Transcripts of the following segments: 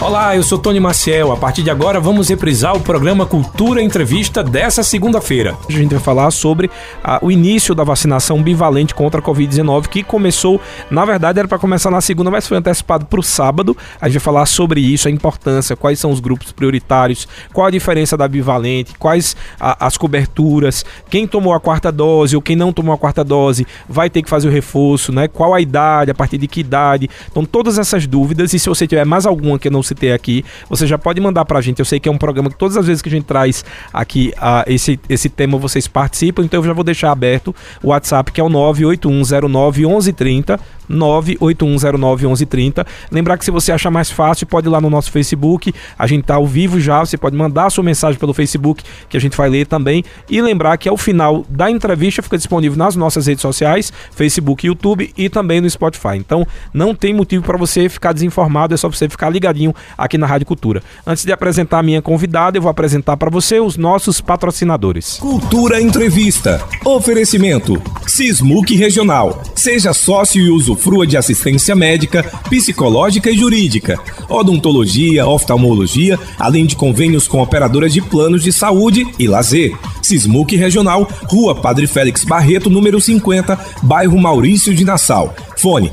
Olá, eu sou Tony Maciel. A partir de agora vamos reprisar o programa Cultura Entrevista dessa segunda-feira. A gente vai falar sobre o início da vacinação bivalente contra a Covid-19, que começou, na verdade era para começar na segunda, mas foi antecipado para o sábado. A gente vai falar sobre isso, a importância, quais são os grupos prioritários, qual a diferença da bivalente, quais as coberturas, quem tomou a quarta dose ou quem não tomou a quarta dose vai ter que fazer o reforço, né? Qual a idade, a partir de que idade. Então todas essas dúvidas, e se você tiver mais alguma que eu não citei aqui, você já pode mandar pra gente. Eu sei que é um programa que todas as vezes que a gente traz aqui esse tema, vocês participam, então eu já vou deixar aberto o WhatsApp, que é o 981091130, 981091130. Lembrar que se você achar mais fácil, pode ir lá no nosso Facebook, a gente tá ao vivo já, você pode mandar a sua mensagem pelo Facebook, que a gente vai ler também, e lembrar que ao final da entrevista fica disponível nas nossas redes sociais, Facebook, YouTube e também no Spotify. Então não tem motivo para você ficar desinformado, é só você ficar ligadinho aqui na Rádio Cultura. Antes de apresentar a minha convidada, eu vou apresentar para você os nossos patrocinadores. Cultura Entrevista. Oferecimento Sismuc Regional. Seja sócio e usufrua de assistência médica, psicológica e jurídica, odontologia, oftalmologia, além de convênios com operadoras de planos de saúde e lazer. Sismuc Regional, Rua Padre Félix Barreto, número 50, bairro Maurício de Nassau. Fone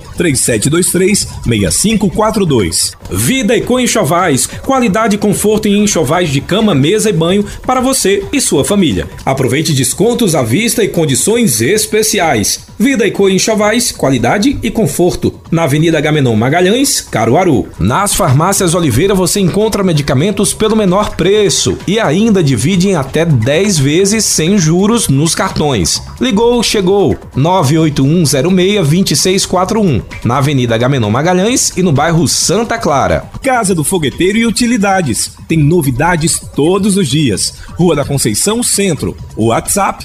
3723-6542. Vida Eco Enxovais, qualidade e conforto em enxovais de cama, mesa e banho para você e sua família. Aproveite descontos à vista e condições especiais. Vida Eco Enxovais, qualidade e conforto. Na Avenida Agamenon Magalhães, Caruaru. Nas farmácias Oliveira você encontra medicamentos pelo menor preço e ainda divide em até 10 vezes sem juros nos cartões. Ligou, chegou. 98106-2641. Na Avenida Agamenon Magalhães e no bairro Santa Clara. Casa do Fogueteiro e Utilidades. Tem novidades todos os dias. Rua da Conceição Centro. WhatsApp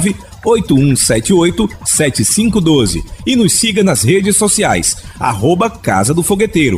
98178-7512. E nos siga nas redes sociais. @Casa do Fogueteiro.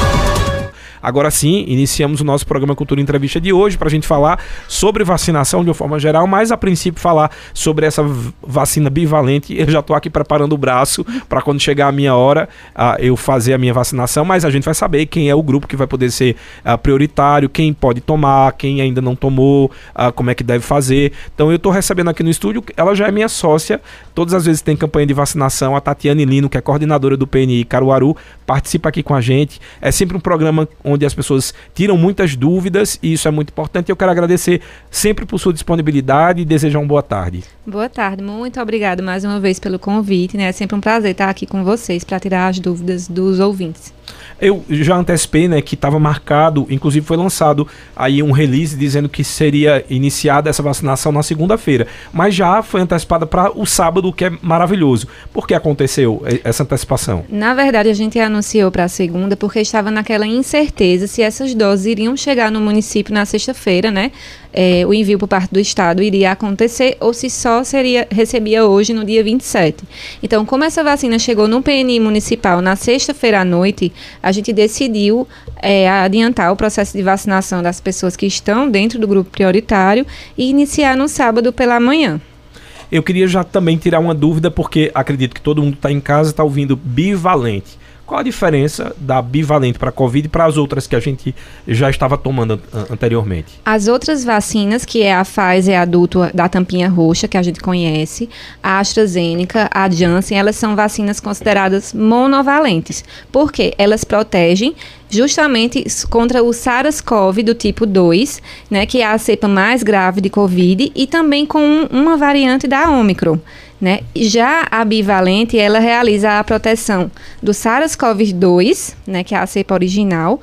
Agora sim, iniciamos o nosso programa Cultura Entrevista de hoje para a gente falar sobre vacinação de uma forma geral, mas a princípio falar sobre essa vacina bivalente. Eu já estou aqui preparando o braço para quando chegar a minha hora eu fazer a minha vacinação, mas a gente vai saber quem é o grupo que vai poder ser prioritário, quem pode tomar, quem ainda não tomou, como é que deve fazer. Então eu estou recebendo aqui no estúdio, ela já é minha sócia, todas as vezes tem campanha de vacinação, a Tatiane Lino, que é coordenadora do PNI Caruaru, participa aqui com a gente. É sempre um programa onde as pessoas tiram muitas dúvidas e isso é muito importante. Eu quero agradecer sempre por sua disponibilidade e desejar uma boa tarde. Boa tarde, muito obrigado mais uma vez pelo convite, né? É sempre um prazer estar aqui com vocês para tirar as dúvidas dos ouvintes. Eu já antecipei, né, que estava marcado, inclusive foi lançado aí um release dizendo que seria iniciada essa vacinação na segunda-feira, mas já foi antecipada para o sábado, o que é maravilhoso. Por que aconteceu essa antecipação? Na verdade, a gente anunciou para a segunda porque estava naquela incerteza se essas doses iriam chegar no município na sexta-feira, né? O envio por parte do Estado iria acontecer ou se só recebia hoje no dia 27. Então, como essa vacina chegou no PNI municipal na sexta-feira à noite, a gente decidiu adiantar o processo de vacinação das pessoas que estão dentro do grupo prioritário e iniciar no sábado pela manhã. Eu queria já também tirar uma dúvida, porque acredito que todo mundo está em casa, está ouvindo bivalente. Qual a diferença da bivalente para a Covid e para as outras que a gente já estava tomando anteriormente? As outras vacinas, que é a Pfizer adulto da tampinha roxa, que a gente conhece, a AstraZeneca, a Janssen, elas são vacinas consideradas monovalentes. Por quê? Elas protegem justamente contra o SARS-CoV do tipo 2, né, que é a cepa mais grave de Covid, e também com uma variante da Ômicron. Né? Já a bivalente, ela realiza a proteção do SARS-CoV-2, né, que é a cepa original,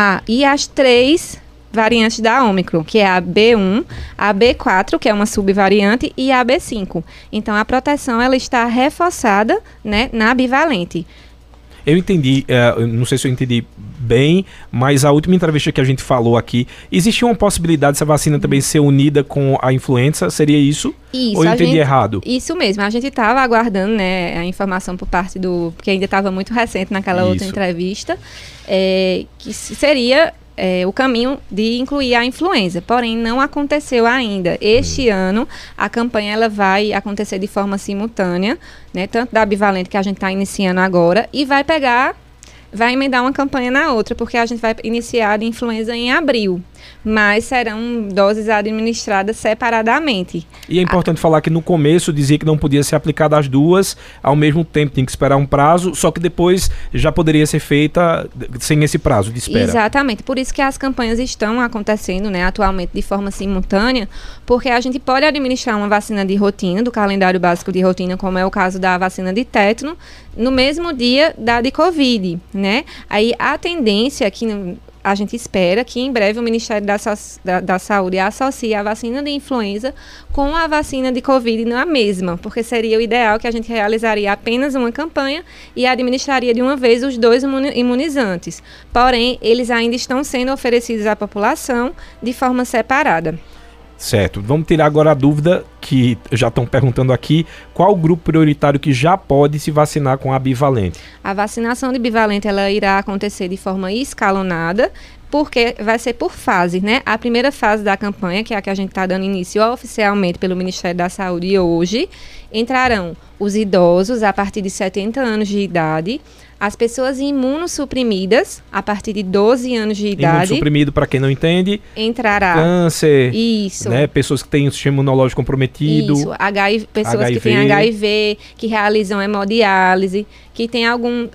e as 3 variantes da Ômicron, que é a B1, a B4, que é uma subvariante, e a B5. Então, a proteção ela está reforçada, né, na bivalente. Eu entendi, não sei se eu entendi bem, mas a última entrevista que a gente falou aqui, existia uma possibilidade dessa vacina também ser unida com a influenza? Seria isso? Isso. Ou eu entendi errado? Isso mesmo. A gente estava aguardando, né, a informação por parte porque ainda estava muito recente naquela outra entrevista, que seria o caminho de incluir a influenza, porém não aconteceu ainda. Este ano a campanha ela vai acontecer de forma simultânea, né, tanto da bivalente que a gente está iniciando agora e vai pegar vai emendar uma campanha na outra, porque a gente vai iniciar de influenza em abril, mas serão doses administradas separadamente. E é importante falar que no começo dizia que não podia ser aplicada as duas ao mesmo tempo, tem que esperar um prazo, só que depois já poderia ser feita sem esse prazo de espera. Exatamente, por isso que as campanhas estão acontecendo, né, atualmente de forma simultânea, porque a gente pode administrar uma vacina de rotina, do calendário básico de rotina, como é o caso da vacina de tétano, no mesmo dia da de Covid, né? Aí a tendência é que a gente espera que em breve o Ministério da Saúde associe a vacina de influenza com a vacina de Covid na mesma, porque seria o ideal que a gente realizaria apenas uma campanha e administraria de uma vez os dois imunizantes. Porém, eles ainda estão sendo oferecidos à população de forma separada. Certo. Vamos tirar agora a dúvida que já estão perguntando aqui, qual o grupo prioritário que já pode se vacinar com a bivalente? A vacinação de bivalente ela irá acontecer de forma escalonada, porque vai ser por fase, né? A primeira fase da campanha, que é a que a gente está dando início oficialmente pelo Ministério da Saúde hoje, entrarão os idosos a partir de 70 anos de idade, as pessoas imunossuprimidas a partir de 12 anos de idade. Imunossuprimido, para quem não entende, entrará câncer, isso, né? Pessoas que têm o sistema imunológico comprometido. Isso, pessoas que têm HIV, que realizam hemodiálise, que têm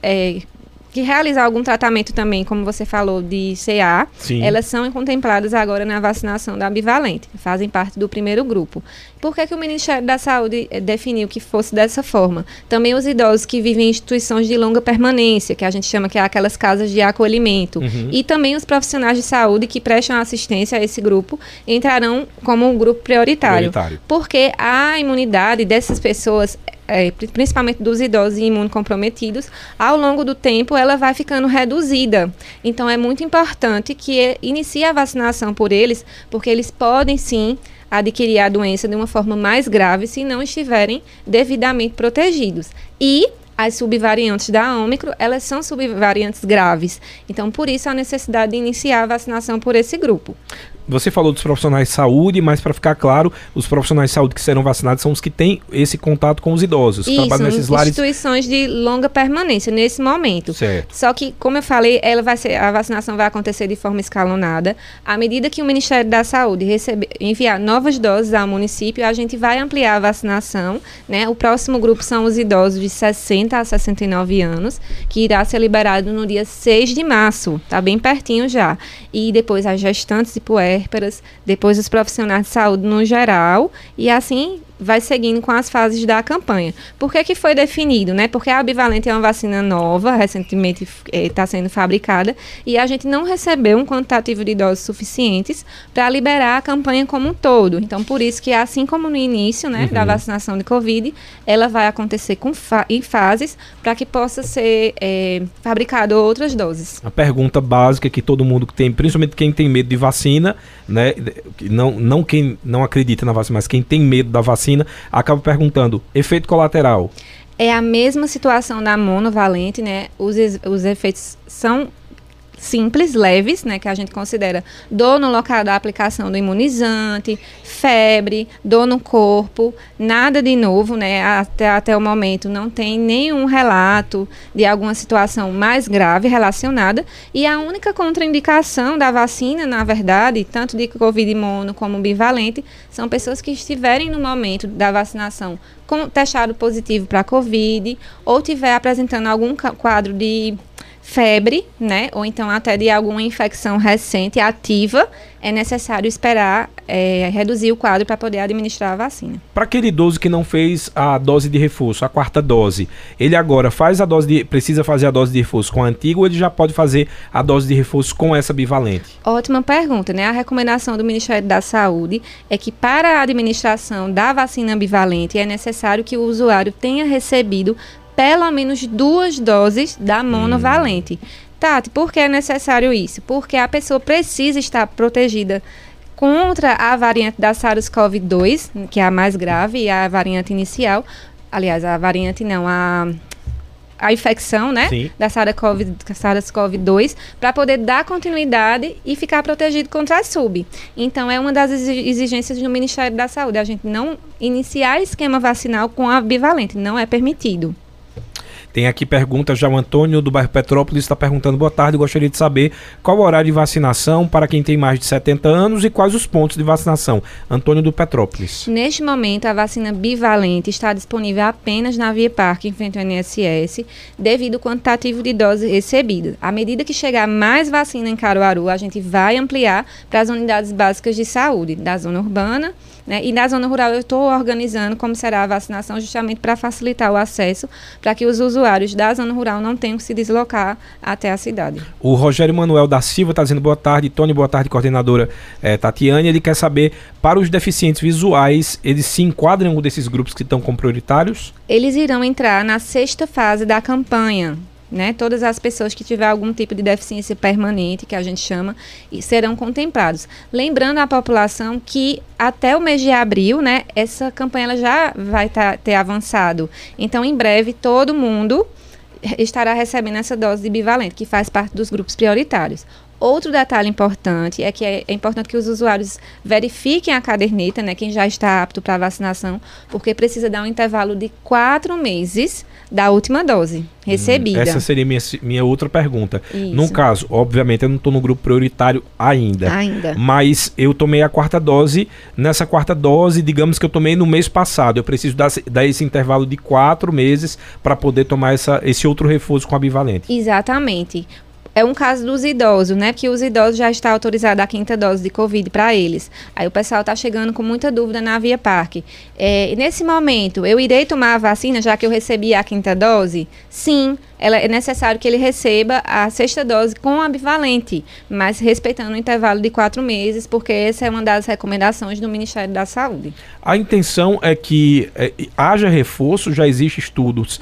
que realizar algum tratamento também, como você falou, de CA, Sim. Elas são contempladas agora na vacinação da bivalente, fazem parte do primeiro grupo. Por que o Ministério da Saúde definiu que fosse dessa forma? Também os idosos que vivem em instituições de longa permanência, que a gente chama que é aquelas casas de acolhimento, e também os profissionais de saúde que prestam assistência a esse grupo entrarão como um grupo prioritário. Porque a imunidade dessas pessoas, principalmente dos idosos e imunocomprometidos, ao longo do tempo ela vai ficando reduzida. Então é muito importante que inicie a vacinação por eles, porque eles podem sim adquirir a doença de uma forma mais grave se não estiverem devidamente protegidos. E as subvariantes da Ômicron, elas são subvariantes graves. Então, por isso, a necessidade de iniciar a vacinação por esse grupo. Você falou dos profissionais de saúde, mas para ficar claro, os profissionais de saúde que serão vacinados são os que têm esse contato com os idosos. Isso, trabalham nesses lares. Instituições de longa permanência, nesse momento. Certo. Só que, como eu falei, a vacinação vai acontecer de forma escalonada. À medida que o Ministério da Saúde enviar novas doses ao município, a gente vai ampliar a vacinação, né? O próximo grupo são os idosos de 60 a 69 anos, que irá ser liberado no dia 6 de março. Está bem pertinho já. E depois as gestantes e puérperas, depois os profissionais de saúde no geral, e assim vai seguindo com as fases da campanha. Por que foi definido, né? Porque a bivalente é uma vacina nova, recentemente está sendo fabricada, e a gente não recebeu um quantitativo de doses suficientes para liberar a campanha como um todo. Então, por isso que, assim como no início, né, da vacinação de Covid, ela vai acontecer em fases para que possa ser fabricado outras doses. A pergunta básica que todo mundo tem, principalmente quem tem medo de vacina, né, não quem não acredita na vacina, mas quem tem medo da vacina, acaba perguntando, efeito colateral? É a mesma situação da monovalente, né? Os efeitos são simples, leves, né, que a gente considera dor no local da aplicação do imunizante, febre, dor no corpo, nada de novo, né, até o momento não tem nenhum relato de alguma situação mais grave relacionada, e a única contraindicação da vacina, na verdade, tanto de Covid mono como bivalente, são pessoas que estiverem no momento da vacinação testado positivo para Covid, ou tiver apresentando algum quadro de febre, né, ou então até de alguma infecção recente ativa, é necessário esperar reduzir o quadro para poder administrar a vacina. Para aquele idoso que não fez a dose de reforço, a quarta dose, ele agora precisa fazer a dose de reforço com a antiga, ou ele já pode fazer a dose de reforço com essa bivalente? Ótima pergunta, né? A recomendação do Ministério da Saúde é que para a administração da vacina bivalente é necessário que o usuário tenha recebido pelo menos 2 doses da monovalente. Tati, por que é necessário isso? Porque a pessoa precisa estar protegida contra a variante da SARS-CoV-2, que é a mais grave, e a variante inicial. Aliás, a variante não, a infecção, né? Sim. Da SARS-CoV-2, para poder dar continuidade e ficar protegido contra a sub. Então, é uma das exigências do Ministério da Saúde. A gente não iniciar esquema vacinal com a bivalente, não é permitido. Tem aqui perguntas já, o Antônio do bairro Petrópolis está perguntando: boa tarde, gostaria de saber qual o horário de vacinação para quem tem mais de 70 anos e quais os pontos de vacinação. Antônio do Petrópolis. Neste momento, a vacina bivalente está disponível apenas na Via Parque, em frente ao INSS, devido ao quantitativo de doses recebidas. À medida que chegar mais vacina em Caruaru, a gente vai ampliar para as unidades básicas de saúde da zona urbana, né? E na zona rural eu estou organizando como será a vacinação, justamente para facilitar o acesso, para que os usuários da zona rural não tenham que se deslocar até a cidade. O Rogério Manuel da Silva está dizendo boa tarde. Tony, boa tarde, coordenadora Tatiane. Ele quer saber, para os deficientes visuais, eles se enquadram em um desses grupos que estão como prioritários? Eles irão entrar na 6ª fase da campanha. Né, todas as pessoas que tiver algum tipo de deficiência permanente, que a gente chama, serão contemplados. Lembrando à população que até o mês de abril, né, essa campanha ela já vai ter avançado. Então, em breve, todo mundo estará recebendo essa dose de bivalente, que faz parte dos grupos prioritários. Outro detalhe importante é que é importante que os usuários verifiquem a caderneta, né, quem já está apto para vacinação, porque precisa dar um intervalo de 4 meses da última dose recebida. Essa seria minha outra pergunta. Isso. No caso, obviamente, eu não estou no grupo prioritário ainda. Mas eu tomei a 4ª dose. Nessa 4ª dose, digamos que eu tomei no mês passado. Eu preciso dar esse intervalo de 4 meses para poder tomar esse outro reforço com a bivalente. Exatamente. É um caso dos idosos, né? Porque os idosos já está autorizada a 5ª dose de Covid para eles. Aí o pessoal está chegando com muita dúvida na Via Parque. Nesse momento, eu irei tomar a vacina, já que eu recebi a 5ª dose? Sim, é necessário que ele receba a 6ª dose com a bivalente, mas respeitando o intervalo de 4 meses, porque essa é uma das recomendações do Ministério da Saúde. A intenção é que haja reforço, já existem estudos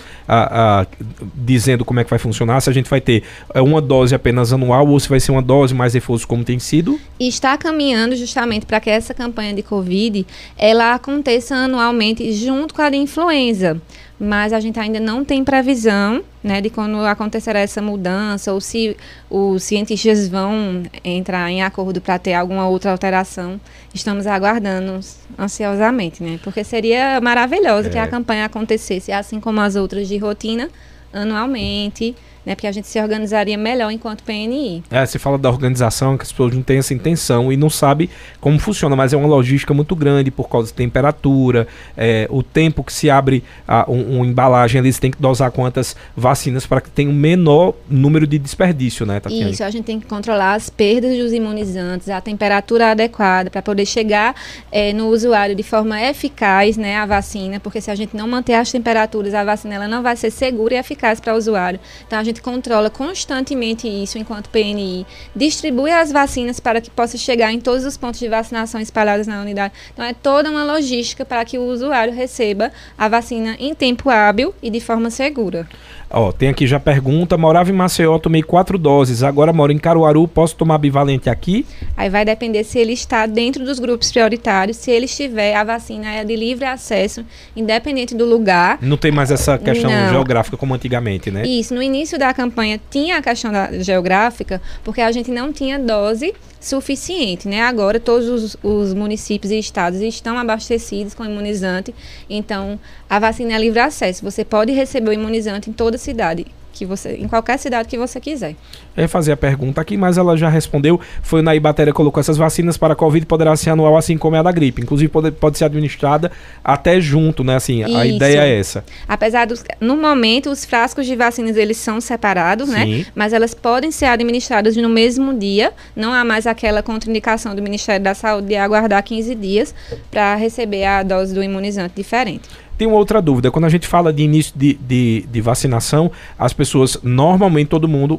dizendo como é que vai funcionar, se a gente vai ter uma dose apenas anual ou se vai ser uma dose mais reforço como tem sido? E está caminhando justamente para que essa campanha de Covid ela aconteça anualmente junto com a de influenza. Mas a gente ainda não tem previsão, né, de quando acontecerá essa mudança ou se os cientistas vão entrar em acordo para ter alguma outra alteração. Estamos aguardando ansiosamente, né? Porque seria maravilhoso que a campanha acontecesse, assim como as outras de rotina, anualmente, né, porque a gente se organizaria melhor enquanto PNI. Você fala da organização, que as pessoas não têm essa intenção e não sabem como funciona, mas é uma logística muito grande por causa de temperatura, o tempo que se abre uma embalagem, eles têm que dosar quantas vacinas para que tenha o menor número de desperdício, né, Tatiane? Isso, a gente tem que controlar as perdas dos imunizantes, a temperatura adequada para poder chegar no usuário de forma eficaz, né, a vacina, porque se a gente não manter as temperaturas, a vacina ela não vai ser segura e eficaz para o usuário. Então, a gente controla constantemente isso enquanto PNI, distribui as vacinas para que possa chegar em todos os pontos de vacinação espalhados na unidade. Então, é toda uma logística para que o usuário receba a vacina em tempo hábil e de forma segura. Tem aqui já pergunta: morava em Maceió, tomei 4 doses, agora moro em Caruaru, posso tomar bivalente aqui? Aí vai depender se ele está dentro dos grupos prioritários. Se ele estiver, a vacina é de livre acesso, independente do lugar. Não tem mais essa questão geográfica como antigamente, né? Isso, no início da campanha tinha a questão geográfica, porque a gente não tinha dose suficiente, né? Agora todos os municípios e estados estão abastecidos com imunizante, então a vacina é livre acesso. Você pode receber o imunizante em toda cidade, em qualquer cidade que você quiser. Eu ia fazer a pergunta aqui, mas ela já respondeu. Foi na Ibatéria, colocou essas vacinas para a Covid, poderá ser anual, assim como é a da gripe. Inclusive pode ser administrada até junto, né? Assim, a ideia é essa. Apesar no momento, os frascos de vacinas, eles são separados, Sim, né? Mas elas podem ser administradas no mesmo dia. Não há mais aquela contraindicação do Ministério da Saúde de aguardar 15 dias para receber a dose do imunizante diferente. Tem uma outra dúvida: quando a gente fala de início de vacinação, as pessoas, normalmente todo mundo,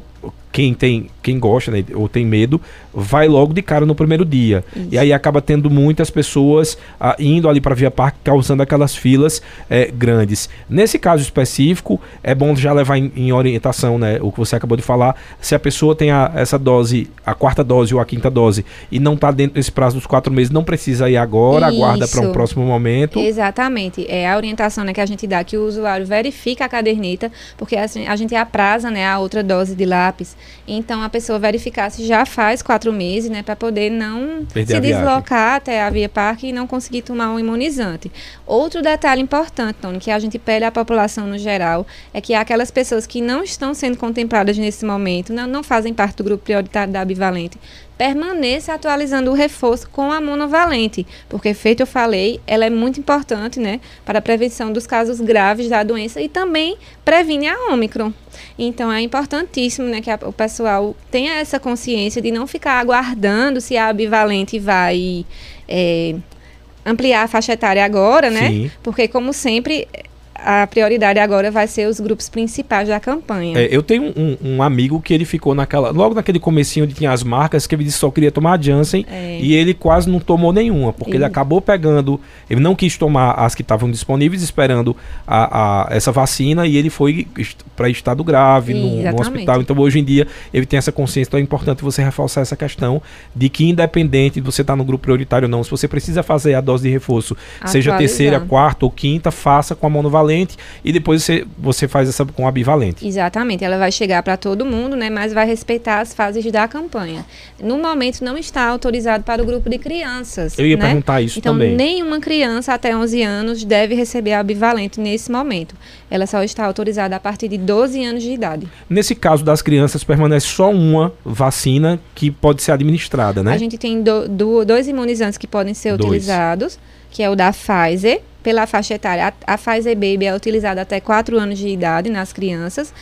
quem gosta, né, ou tem medo, vai logo de cara no primeiro dia. Isso. E aí acaba tendo muitas pessoas indo ali para a Via Parque, causando aquelas filas grandes. Nesse caso específico, é bom já levar em orientação, né, o que você acabou de falar, se a pessoa tem essa dose, a 4ª dose ou a 5ª dose, e não está dentro desse prazo dos 4 meses, não precisa ir agora, aguarda para um próximo momento. Exatamente. É a orientação, né, que a gente dá, que o usuário verifica a caderneta, porque assim, a gente apraza, né, a outra dose de lápis Então, a pessoa verificar se já faz 4 meses, né, para poder não perder se deslocar até a Via Parque e não conseguir tomar um imunizante. Outro detalhe importante, Tony, que a gente pede à população no geral, é que aquelas pessoas que não estão sendo contempladas nesse momento, não fazem parte do grupo prioritário da bivalente, permaneça atualizando o reforço com a monovalente, porque, feito eu falei, ela é muito importante, né, para a prevenção dos casos graves da doença e também previne a Ômicron. Então, é importantíssimo, né, que o pessoal tenha essa consciência de não ficar aguardando se a bivalente vai ampliar a faixa etária agora, né? Sim. Porque, como sempre, a prioridade agora vai ser os grupos principais da campanha. Eu tenho um amigo que ele ficou logo naquele comecinho onde tinha as marcas, que ele disse que só queria tomar a Janssen, e ele quase não tomou nenhuma, porque ele acabou pegando, ele não quis tomar as que estavam disponíveis, esperando essa vacina, e ele foi para estado grave no hospital. Então, hoje em dia, ele tem essa consciência. Então, é importante você reforçar essa questão de que, independente de você estar no grupo prioritário ou não, se você precisa fazer a dose de reforço, seja terceira, quarta ou quinta, faça com a monovalente, e depois você faz essa com a bivalente. Exatamente, ela vai chegar para todo mundo, né, mas vai respeitar as fases da campanha. No momento não está autorizado para o grupo de crianças. Eu ia perguntar isso também. Então, nenhuma criança até 11 anos deve receber a bivalente nesse momento. Ela só está autorizada a partir de 12 anos de idade. Nesse caso das crianças, permanece só uma vacina que pode ser administrada, né? A gente tem dois imunizantes que podem ser utilizados, que é o da Pfizer, pela faixa etária. A Pfizer Baby é utilizada até 4 anos de idade nas crianças.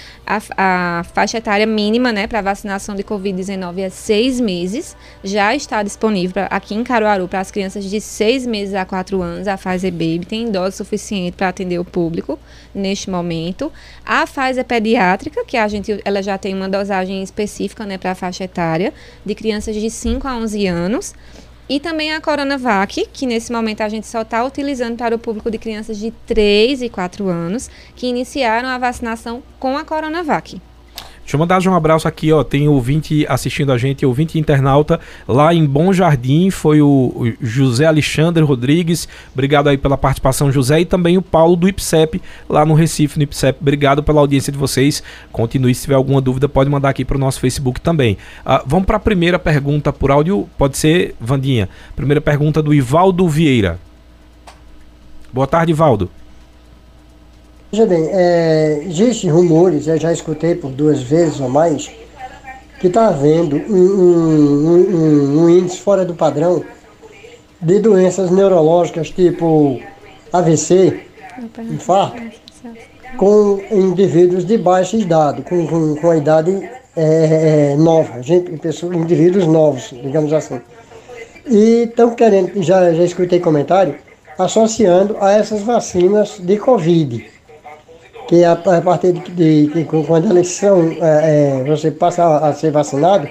A faixa etária mínima, né, para vacinação de Covid-19 é 6 meses. Já está disponível aqui em Caruaru para as crianças de 6 meses a 4 anos. A Pfizer Baby tem dose suficiente para atender o público neste momento. A Pfizer Pediátrica, que ela já tem uma dosagem específica, né, para a faixa etária de crianças de 5 a 11 anos. E também a Coronavac, que nesse momento a gente só está utilizando para o público de crianças de 3 e 4 anos, que iniciaram a vacinação com a Coronavac. Deixa eu mandar um abraço aqui, ó, tem ouvinte assistindo a gente, ouvinte internauta, lá em Bom Jardim, foi o José Alexandre Rodrigues, obrigado aí pela participação, José, e também o Paulo do IPSEP, lá no Recife, no IPSEP, obrigado pela audiência de vocês, continue, se tiver alguma dúvida, pode mandar aqui para o nosso Facebook também. Vamos para a primeira pergunta por áudio, pode ser, Vandinha, primeira pergunta do Ivaldo Vieira. Boa tarde, Ivaldo. Veja bem, existem rumores, eu já escutei por 2 vezes ou mais, que está havendo um índice fora do padrão de doenças neurológicas tipo AVC, infarto, com indivíduos de baixa idade, com a idade nova, indivíduos novos, digamos assim. E estão querendo, já escutei comentário, associando a essas vacinas de Covid. Que a partir de quando eles são, você passa a ser vacinado,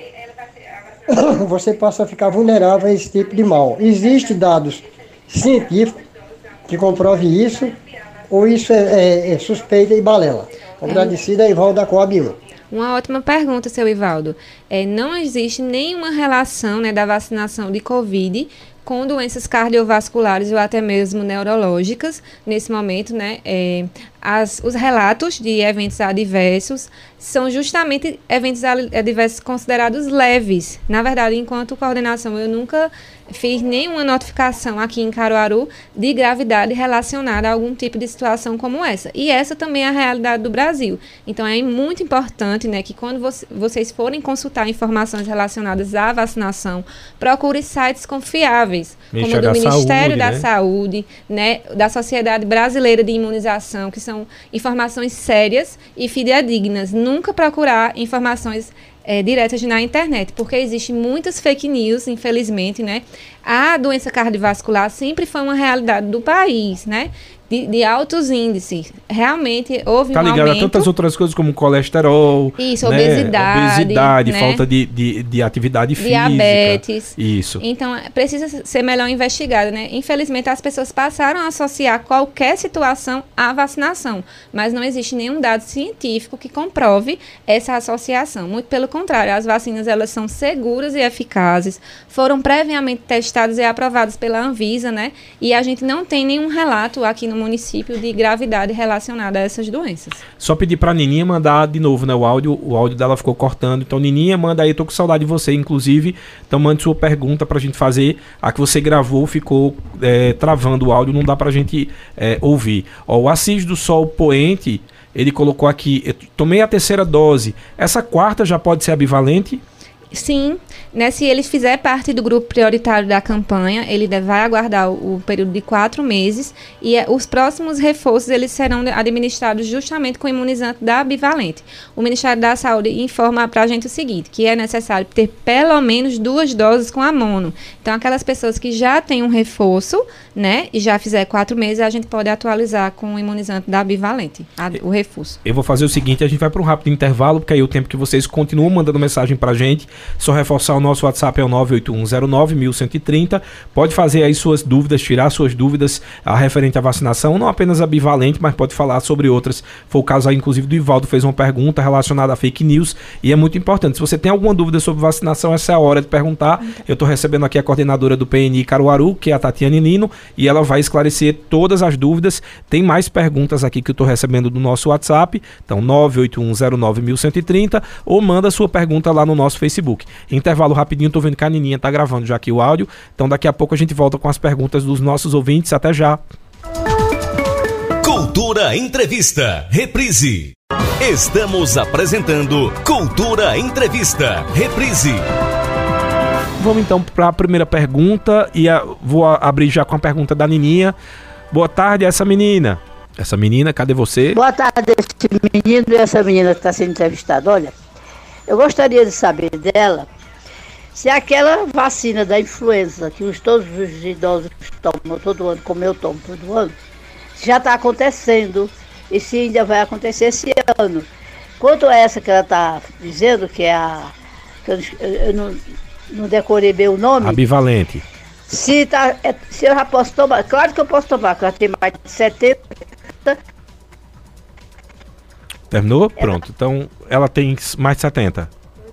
você passa a ficar vulnerável a esse tipo de mal. Existem dados científicos que comprovem isso, ou isso é suspeita e balela? Agradecida, Ivaldo da Coab 1. Uma ótima pergunta, seu Ivaldo. Não existe nenhuma relação, né, da vacinação de Covid com doenças cardiovasculares ou até mesmo neurológicas. Nesse momento, né, os relatos de eventos adversos são justamente eventos adversos considerados leves. Na verdade, enquanto coordenação, eu nunca fiz nenhuma notificação aqui em Caruaru de gravidade relacionada a algum tipo de situação como essa. E essa também é a realidade do Brasil. Então, é muito importante, né, que quando vocês forem consultar informações relacionadas à vacinação, procure sites confiáveis, como o do Ministério da Saúde, né, da Sociedade Brasileira de Imunização, que são informações sérias e fidedignas. Nunca procurar informações diretas na internet, porque existem muitas fake news, infelizmente, né? A doença cardiovascular sempre foi uma realidade do país, né? De altos índices. Realmente houve um aumento. Tá ligado a tantas outras coisas como colesterol, isso, né? Obesidade, né? Falta de atividade física. Diabetes. Isso. Então, precisa ser melhor investigado, né? Infelizmente, as pessoas passaram a associar qualquer situação à vacinação, mas não existe nenhum dado científico que comprove essa associação. Muito pelo contrário, as vacinas, elas são seguras e eficazes, foram previamente testadas e aprovadas pela Anvisa, né? E a gente não tem nenhum relato aqui no município de gravidade relacionada a essas doenças. Só pedir pra Nininha mandar de novo, né, o áudio dela ficou cortando. Então, Nininha, manda aí, tô com saudade de você, inclusive. Então, mande sua pergunta pra gente fazer. A que você gravou ficou travando o áudio, não dá pra gente ouvir. Ó, o Assis do Sol Poente, ele colocou aqui, eu tomei a 3ª dose. Essa 4ª já pode ser a bivalente? Sim, né, se ele fizer parte do grupo prioritário da campanha, ele vai aguardar o período de 4 meses e os próximos reforços eles serão administrados justamente com o imunizante da bivalente. O Ministério da Saúde informa para a gente o seguinte, que é necessário ter pelo menos 2 doses com a mono. Então, aquelas pessoas que já têm um reforço, né, e já fizer 4 meses, a gente pode atualizar com o imunizante da bivalente, o reforço. Eu vou fazer o seguinte, a gente vai para um rápido intervalo, porque aí o tempo que vocês continuam mandando mensagem para a gente. Só reforçar o nosso WhatsApp é o 981091130. Pode fazer aí suas dúvidas, tirar suas dúvidas referente à vacinação, não apenas a bivalente, mas pode falar sobre outras. Foi o caso aí, inclusive, do Ivaldo, fez uma pergunta relacionada a fake news e é muito importante. Se você tem alguma dúvida sobre vacinação, essa é a hora de perguntar. Eu estou recebendo aqui a coordenadora do PNI Caruaru, que é a Tatiane Nino, e ela vai esclarecer todas as dúvidas. Tem mais perguntas aqui que eu estou recebendo do nosso WhatsApp, então 981091130, ou manda sua pergunta lá no nosso Facebook. Intervalo rapidinho, tô vendo que a Nininha tá gravando já aqui o áudio, então daqui a pouco a gente volta com as perguntas dos nossos ouvintes. Até já. Cultura Entrevista, reprise. Estamos apresentando Cultura Entrevista, reprise. Vamos então para a primeira pergunta e vou abrir já com a pergunta da Nininha. Boa tarde, essa menina. Essa menina, cadê você? Boa tarde, esse menino e essa menina que está sendo entrevistada. Olha, eu gostaria de saber dela se aquela vacina da influenza que todos os idosos tomam todo ano, como eu tomo todo ano, já está acontecendo e se ainda vai acontecer esse ano. Quanto a essa que ela está dizendo, que é a... eu não decorei bem o nome. A bivalente. Se eu já posso tomar, claro que eu posso tomar, porque ela tem mais de 70. Terminou? Pronto. Então, ela tem mais de 70.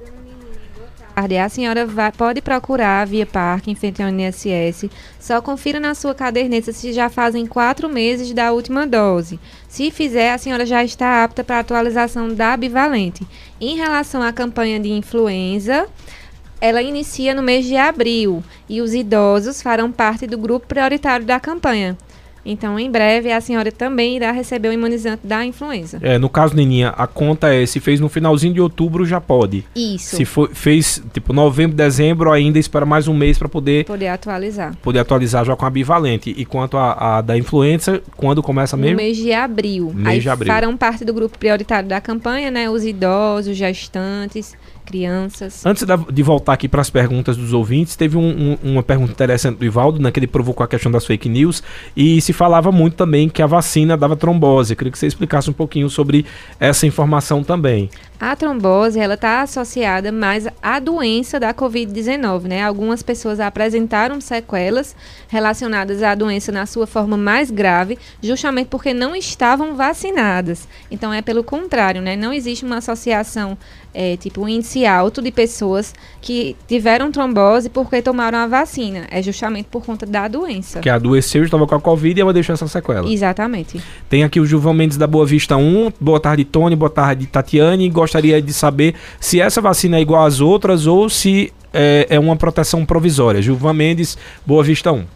A senhora pode procurar via Parque em frente ao INSS. Só confira na sua caderneta se já fazem 4 meses da última dose. Se fizer, a senhora já está apta para a atualização da bivalente. Em relação à campanha de influenza, ela inicia no mês de abril e os idosos farão parte do grupo prioritário da campanha. Então, em breve, a senhora também irá receber o imunizante da influenza. No caso, Nininha, a conta se fez no finalzinho de outubro, já pode. Isso. Se fez, tipo, novembro, dezembro, ainda espera mais um mês para poder atualizar. Poder atualizar já com a bivalente. E quanto a da influenza, quando começa mesmo? No mês de abril. Mês de abril. Farão parte do grupo prioritário da campanha, né? Os idosos, gestantes, crianças. Antes de voltar aqui para as perguntas dos ouvintes, teve uma pergunta interessante do Ivaldo, né, que ele provocou a questão das fake news, e se falava muito também que a vacina dava trombose. Eu queria que você explicasse um pouquinho sobre essa informação também. A trombose, ela está associada mais à doença da Covid-19, né? Algumas pessoas apresentaram sequelas relacionadas à doença na sua forma mais grave, justamente porque não estavam vacinadas. Então, é pelo contrário, né? Não existe uma associação, um índice alto de pessoas que tiveram trombose porque tomaram a vacina. É justamente por conta da doença. Que adoeceu, estava com a Covid e ela deixou essa sequela. Exatamente. Tem aqui o Gilvan Mendes da Boa Vista 1. Boa tarde, Tony. Boa tarde, Tatiane. Gostaria de saber se essa vacina é igual às outras ou se é uma proteção provisória. Gilvan Mendes, Boa Vista 1.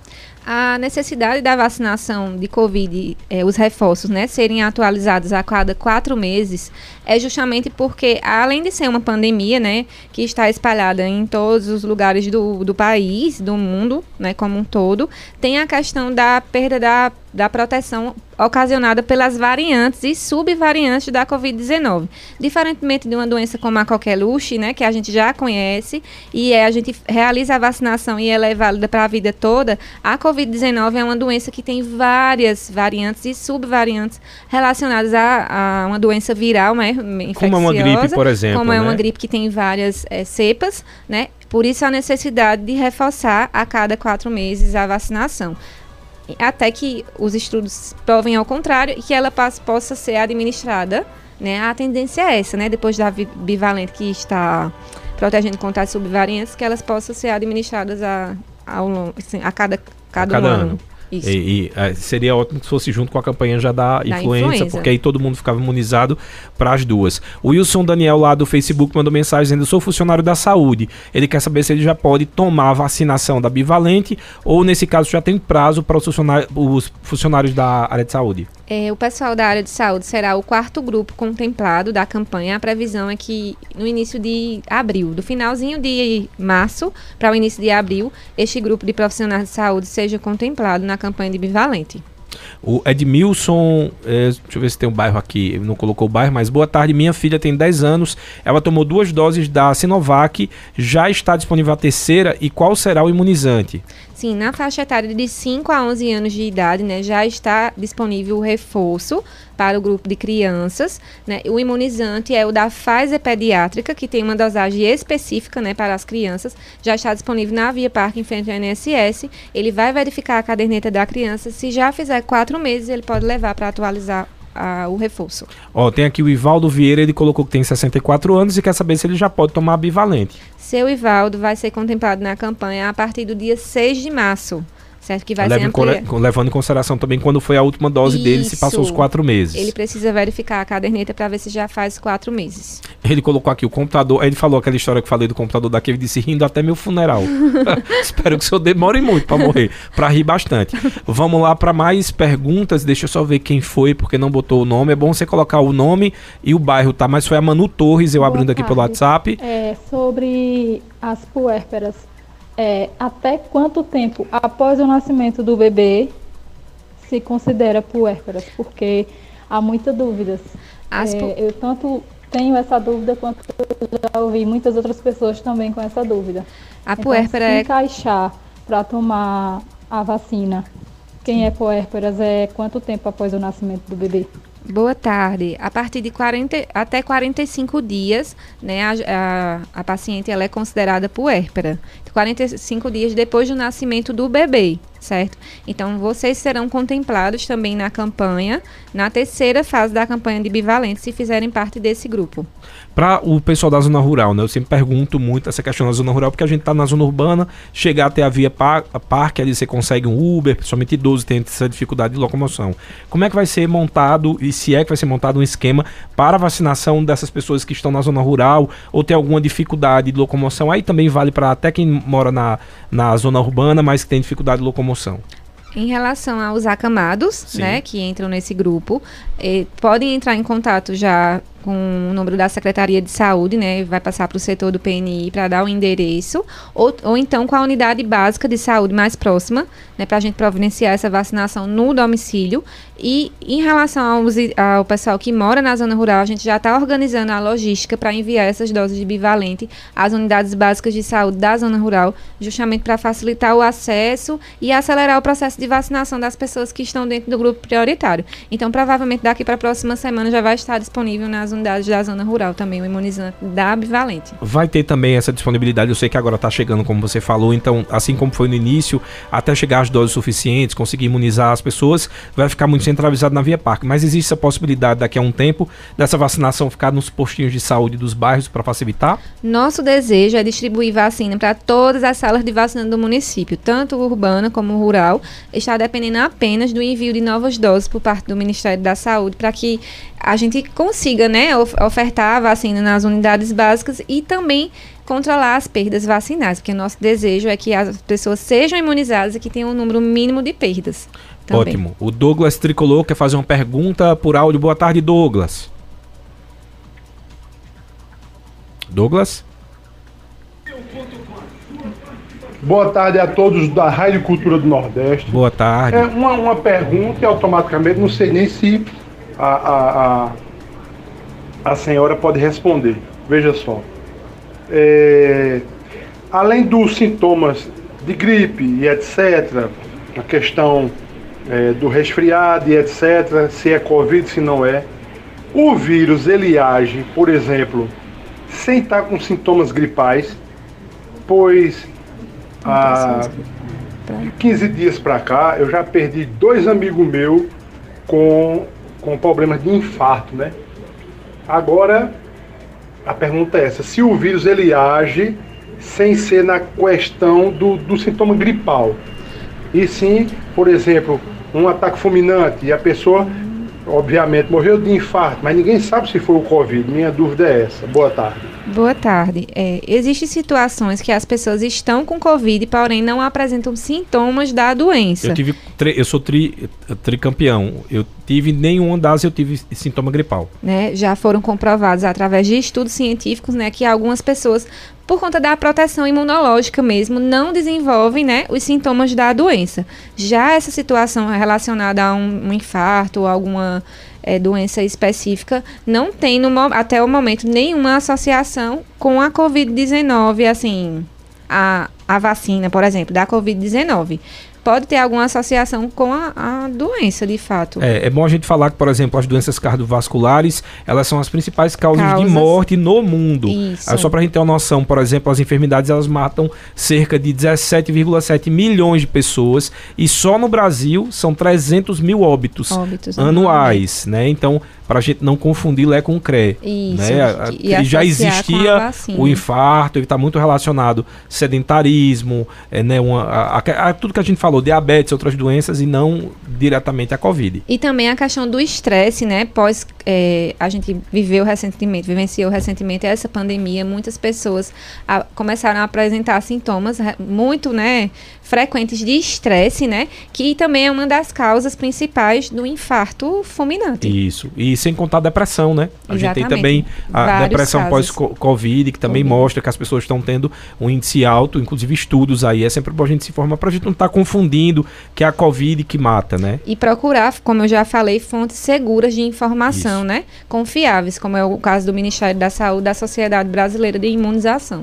A necessidade da vacinação de Covid, os reforços, né, serem atualizados a cada 4 meses, é justamente porque, além de ser uma pandemia, né, que está espalhada em todos os lugares do país, do mundo, né, como um todo, tem a questão da perda da proteção ocasionada pelas variantes e subvariantes da Covid-19. Diferentemente de uma doença como a coqueluche, né, que a gente já conhece, e a gente realiza a vacinação e ela é válida para a vida toda, a Covid-19 é uma doença que tem várias variantes e subvariantes relacionadas a uma doença viral, né, infecciosa. Como é uma gripe, por exemplo. Como é uma né? gripe que tem várias cepas, né? Por isso a necessidade de reforçar a cada 4 meses a vacinação. Até que os estudos provem ao contrário e que ela possa ser administrada, né? A tendência é essa, né? Depois da bivalente que está protegendo contra as subvariantes, que elas possam ser administradas a cada um ano. Isso. Seria ótimo que fosse junto com a campanha já da influenza, porque aí todo mundo ficava imunizado para as duas. O Wilson Daniel lá do Facebook mandou mensagem dizendo: sou funcionário da saúde. Ele quer saber se ele já pode tomar a vacinação da bivalente ou nesse caso já tem prazo para os funcionários da área de saúde. O pessoal da área de saúde será o 4º grupo contemplado da campanha. A previsão é que no início de abril, do finalzinho de março para o início de abril, este grupo de profissionais de saúde seja contemplado na campanha de bivalente. O Edmilson, deixa eu ver se tem um bairro aqui, não colocou o bairro, mas boa tarde, minha filha tem 10 anos, ela tomou 2 doses da Sinovac, já está disponível a terceira e qual será o imunizante? Sim, na faixa etária de 5 a 11 anos de idade, né, já está disponível o reforço para o grupo de crianças, né? O imunizante é o da Pfizer pediátrica, que tem uma dosagem específica, né, para as crianças, já está disponível na Via Parque em frente ao INSS. Ele vai verificar a caderneta da criança, se já fizer 4 meses, ele pode levar para atualizar o reforço. Tem aqui o Ivaldo Vieira, ele colocou que tem 64 anos e quer saber se ele já pode tomar a bivalente. Seu Ivaldo vai ser contemplado na campanha a partir do dia 6 de março. Certo? Que vai ser levando em consideração também quando foi a última dose dele, se passou os 4 meses. Ele precisa verificar a caderneta para ver se já faz 4 meses. Ele colocou aqui o computador, ele falou aquela história que eu falei do computador daqui, ele disse rindo até meu funeral. Espero que o senhor demore muito para morrer, para rir bastante. Vamos lá para mais perguntas, deixa eu só ver quem foi, porque não botou o nome. É bom você colocar o nome e o bairro, tá? Mas foi a Manu Torres, eu abrindo aqui pelo WhatsApp. Sobre as puérperas. Até quanto tempo após o nascimento do bebê se considera puérperas? Porque há muitas dúvidas. Eu tanto tenho essa dúvida quanto eu já ouvi muitas outras pessoas também com essa dúvida. A puérpera se encaixar para tomar a vacina, quem é puérperas quanto tempo após o nascimento do bebê? Boa tarde. A partir de 40 até 45 dias, né, a paciente ela é considerada puérpera. 45 dias depois do nascimento do bebê, certo? Então, vocês serão contemplados também na campanha, na terceira fase da campanha de bivalente, se fizerem parte desse grupo. Para o pessoal da zona rural, né? Eu sempre pergunto muito essa questão da zona rural, porque a gente está na zona urbana, chegar até a Via Parque, ali você consegue um Uber, principalmente idoso tem essa dificuldade de locomoção. Como é que vai ser montado, e se é que vai ser montado um esquema para a vacinação dessas pessoas que estão na zona rural, ou tem alguma dificuldade de locomoção? Aí também vale para até quem mora na zona urbana, mas que tem dificuldade de locomoção. Em relação aos acamados, né, que entram nesse grupo, podem entrar em contato já com o número da Secretaria de Saúde, né, vai passar para o setor do PNI para dar o endereço, ou então com a unidade básica de saúde mais próxima, né, para a gente providenciar essa vacinação no domicílio. E em relação ao pessoal que mora na zona rural, a gente já está organizando a logística para enviar essas doses de bivalente às unidades básicas de saúde da zona rural, justamente para facilitar o acesso e acelerar o processo de vacinação das pessoas que estão dentro do grupo prioritário. Então, provavelmente daqui para a próxima semana já vai estar disponível nas unidades da zona rural também o imunizante da bivalente. Vai ter também essa disponibilidade, eu sei que agora está chegando, como você falou, então, assim como foi no início, até chegar às doses suficientes, conseguir imunizar as pessoas, vai ficar muito centralizado na Via Parque, mas existe essa possibilidade daqui a um tempo dessa vacinação ficar nos postinhos de saúde dos bairros para facilitar? Nosso desejo é distribuir vacina para todas as salas de vacina do município, tanto urbana como rural. Está dependendo apenas do envio de novas doses por parte do Ministério da Saúde para que a gente consiga, né, ofertar a vacina nas unidades básicas e também controlar as perdas vacinais, porque o nosso desejo é que as pessoas sejam imunizadas e que tenham um número mínimo de perdas. Também. Ótimo. O Douglas Tricolor quer fazer uma pergunta por áudio. Boa tarde, Douglas. Douglas? Boa tarde a todos da Rádio Cultura do Nordeste. Boa tarde. Uma pergunta e automaticamente não sei nem se a senhora pode responder. Veja só. Além dos sintomas de gripe e etc., a questão do resfriado e etc., se é Covid, se não é, o vírus ele age, por exemplo, sem estar com sintomas gripais, pois há 15 dias para cá eu já perdi 2 amigos meus com problemas de infarto, né? Agora a pergunta é essa: se o vírus ele age sem ser na questão do sintoma gripal, e sim, por exemplo, um ataque fulminante e a pessoa, obviamente, morreu de infarto, mas ninguém sabe se foi o Covid. Minha dúvida é essa. Boa tarde. Boa tarde. Existem situações que as pessoas estão com Covid, porém não apresentam sintomas da doença. Eu sou tricampeão. Eu tive nenhuma das, eu tive sintoma gripal. Né? Já foram comprovados através de estudos científicos, né, que algumas pessoas, por conta da proteção imunológica mesmo, não desenvolvem, né, os sintomas da doença. Já essa situação relacionada a um infarto ou alguma doença específica, não tem até o momento nenhuma associação com a Covid-19, assim, a vacina, por exemplo, da Covid-19. Pode ter alguma associação com a doença, de fato. É bom a gente falar que, por exemplo, as doenças cardiovasculares, elas são as principais causas de morte no mundo. Isso. Só para a gente ter uma noção, por exemplo, as enfermidades, elas matam cerca de 17,7 milhões de pessoas e só no Brasil são 300 mil óbitos anuais, né? Então, para a gente não confundir Lé com CRE. Isso. Né? E já existia o infarto, ele está muito relacionado sedentarismo, né? Tudo que a gente falou, diabetes, outras doenças e não diretamente a Covid. E também a questão do estresse, né? A gente vivenciou recentemente essa pandemia, muitas pessoas começaram a apresentar sintomas muito, né, frequentes de estresse, né? Que também é uma das causas principais do infarto fulminante. Isso. E sem contar a depressão, né? A Exatamente. gente tem também a depressão pós-Covid, que também mostra que as pessoas estão tendo um índice alto, inclusive estudos aí. É sempre bom a gente se informar para a gente não estar confundindo que é a Covid que mata, né? E procurar, como eu já falei, fontes seguras de informação, né? Confiáveis, como é o caso do Ministério da Saúde, da Sociedade Brasileira de Imunização.